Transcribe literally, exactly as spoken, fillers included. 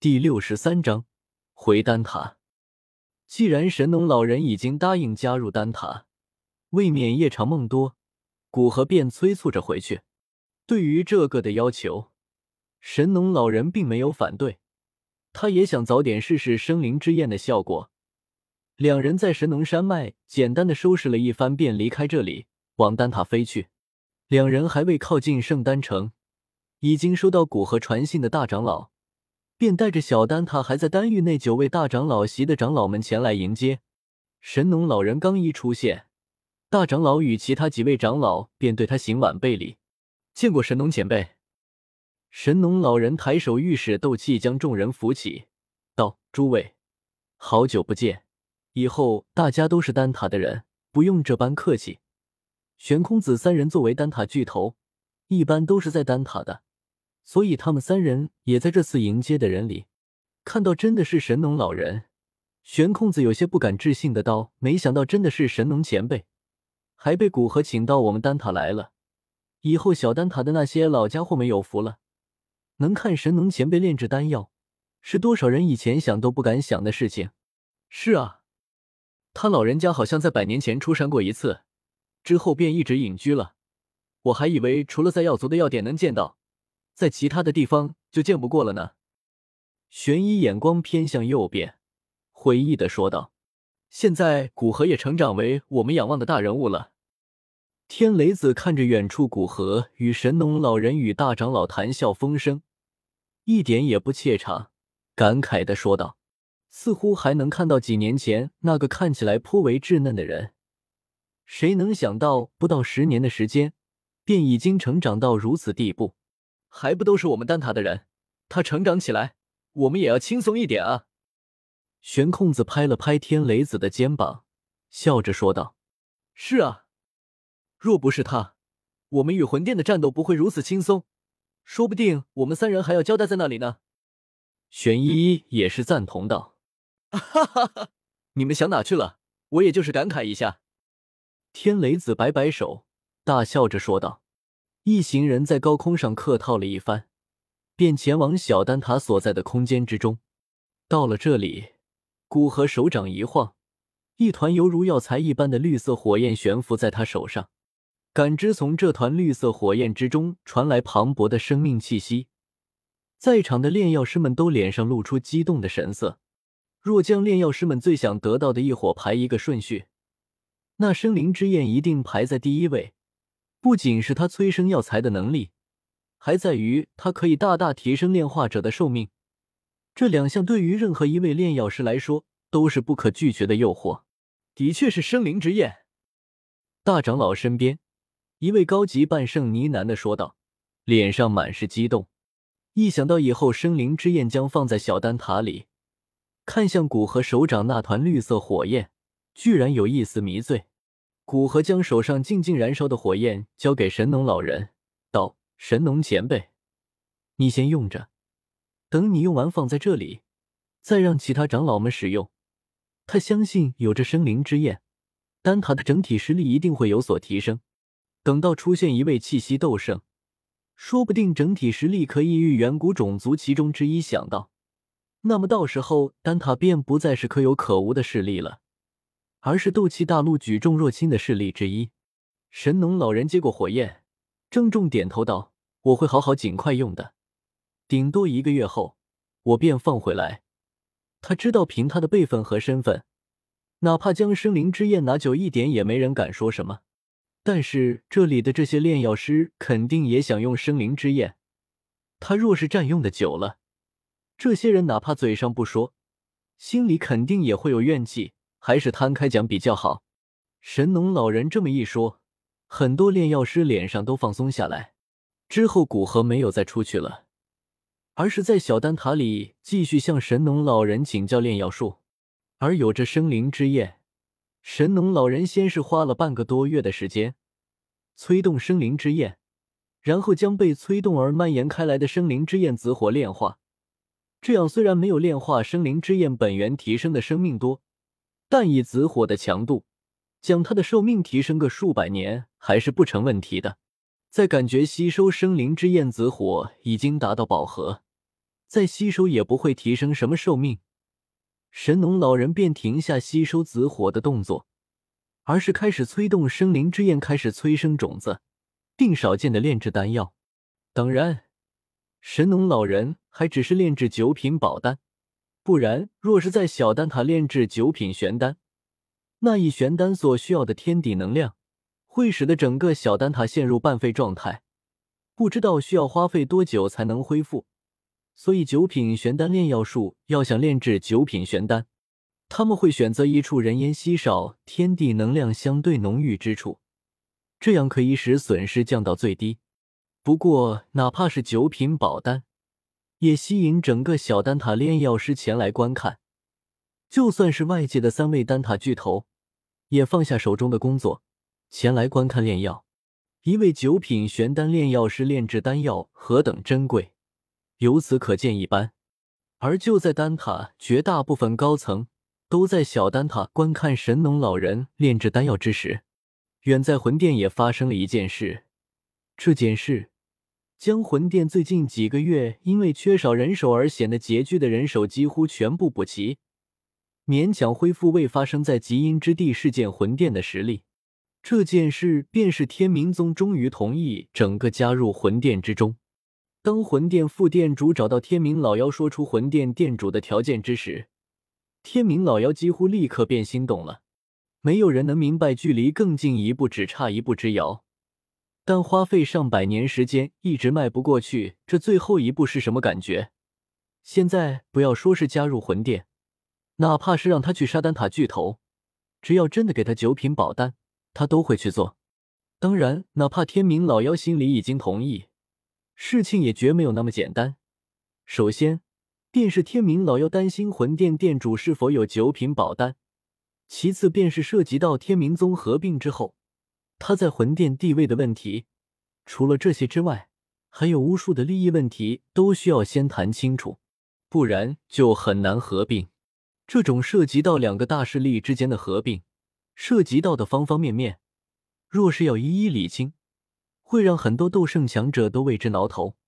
第六十三章回丹塔。既然神农老人已经答应加入丹塔，为免夜长梦多，古河便催促着回去。对于这个的要求，神农老人并没有反对，他也想早点试试生灵之焰的效果。两人在神农山脉简单的收拾了一番，便离开这里，往丹塔飞去。两人还未靠近圣丹城，已经收到古河传信的大长老便带着小丹塔还在丹域内九位大长老席的长老们前来迎接。神农老人刚一出现，大长老与其他几位长老便对他行晚备礼，见过神农前辈。神农老人抬手御使斗气将众人扶起，道：诸位，好久不见，以后大家都是丹塔的人，不用这般客气。玄空子三人作为丹塔巨头，一般都是在丹塔的，所以他们三人也在这次迎接的人里。看到真的是神农老人，玄空子有些不敢置信的道：没想到真的是神农前辈，还被古河请到我们丹塔来了。以后小丹塔的那些老家伙们有福了，能看神农前辈炼制丹药，是多少人以前想都不敢想的事情。是啊，他老人家好像在百年前出山过一次，之后便一直隐居了。我还以为除了在药族的药店能见到，在其他的地方就见不过了呢。玄一眼光偏向右边，回忆地说道：现在古河也成长为我们仰望的大人物了。天雷子看着远处古河与神农老人与大长老谈笑风生，一点也不怯场，感慨地说道：似乎还能看到几年前那个看起来颇为稚嫩的人，谁能想到不到十年的时间便已经成长到如此地步。还不都是我们丹塔的人，他成长起来我们也要轻松一点啊。玄空子拍了拍天雷子的肩膀，笑着说道：是啊，若不是他，我们与魂殿的战斗不会如此轻松，说不定我们三人还要交代在那里呢。玄一也是赞同道：哈哈哈，你们想哪去了，我也就是感慨一下。天雷子摆摆手，大笑着说道。一行人在高空上客套了一番，便前往小丹塔所在的空间之中。到了这里，古河手掌一晃，一团犹如药材一般的绿色火焰悬浮在他手上，感知从这团绿色火焰之中传来磅礴的生命气息，在场的炼药师们都脸上露出激动的神色。若将炼药师们最想得到的一伙排一个顺序，那生灵之焰一定排在第一位。不仅是它催生药材的能力，还在于它可以大大提升炼化者的寿命。这两项对于任何一位炼药师来说都是不可拒绝的诱惑。的确是生灵之焰。大长老身边一位高级半圣呢喃地说道，脸上满是激动。一想到以后生灵之焰将放在小丹塔里，看向古河手掌那团绿色火焰，居然有一丝迷醉。古河将手上静静燃烧的火焰交给神农老人，道：神农前辈，你先用着，等你用完放在这里，再让其他长老们使用。他相信有着生灵之焰，丹塔的整体实力一定会有所提升。等到出现一位气息斗圣，说不定整体实力可以与远古种族其中之一想到，那么到时候丹塔便不再是可有可无的势力了，而是斗气大陆举重若轻的势力之一。神农老人接过火焰，郑重点头道：我会好好尽快用的，顶多一个月后我便放回来。他知道凭他的辈分和身份，哪怕将生灵之焰拿久一点也没人敢说什么。但是这里的这些炼药师肯定也想用生灵之焰，他若是占用的久了，这些人哪怕嘴上不说，心里肯定也会有怨气，还是摊开讲比较好。神农老人这么一说，很多炼药师脸上都放松下来。之后古河没有再出去了，而是在小丹塔里继续向神农老人请教炼药术。而有着生灵之焰，神农老人先是花了半个多月的时间催动生灵之焰，然后将被催动而蔓延开来的生灵之焰紫火炼化。这样虽然没有炼化生灵之焰本源提升的生命多，但以紫火的强度，将它的寿命提升个数百年还是不成问题的。在感觉吸收生灵之焰紫火已经达到饱和， 再吸收也不会提升什么寿命。神农老人便停下吸收紫火的动作，而是开始催动生灵之焰，开始催生种子，并少见的炼制丹药。当然，神农老人还只是炼制九品宝丹，不然若是在小丹塔炼制九品玄丹，那一玄丹所需要的天地能量会使得整个小丹塔陷入半废状态，不知道需要花费多久才能恢复。所以九品玄丹炼药术要想炼制九品玄丹，他们会选择一处人烟稀少、天地能量相对浓郁之处，这样可以使损失降到最低。不过哪怕是九品宝丹，也吸引整个小丹塔炼药师前来观看。就算是外界的三位丹塔巨头，也放下手中的工作，前来观看炼药。一位九品玄丹炼药师炼制丹药何等珍贵，由此可见一斑。而就在丹塔绝大部分高层都在小丹塔观看神农老人炼制丹药之时，远在魂殿也发生了一件事。这件事将魂殿最近几个月因为缺少人手而显得拮据的人手几乎全部补齐，勉强恢复未发生在极阴之地事件魂殿的实力。这件事便是天明宗终于同意整个加入魂殿之中。当魂殿副殿主找到天明老妖说出魂殿殿主的条件之时，天明老妖几乎立刻便心动了。没有人能明白距离更进一步只差一步之遥，但花费上百年时间一直迈不过去，这最后一步是什么感觉？现在不要说是加入魂殿，哪怕是让他去杀丹塔巨头，只要真的给他九品宝丹，他都会去做。当然，哪怕天明老妖心里已经同意，事情也绝没有那么简单。首先便是天明老妖担心魂殿殿主是否有九品宝丹，其次便是涉及到天明宗合并之后他在魂殿地位的问题。除了这些之外，还有无数的利益问题都需要先谈清楚，不然就很难合并。这种涉及到两个大势力之间的合并，涉及到的方方面面，若是要一一理清，会让很多斗圣强者都为之挠头。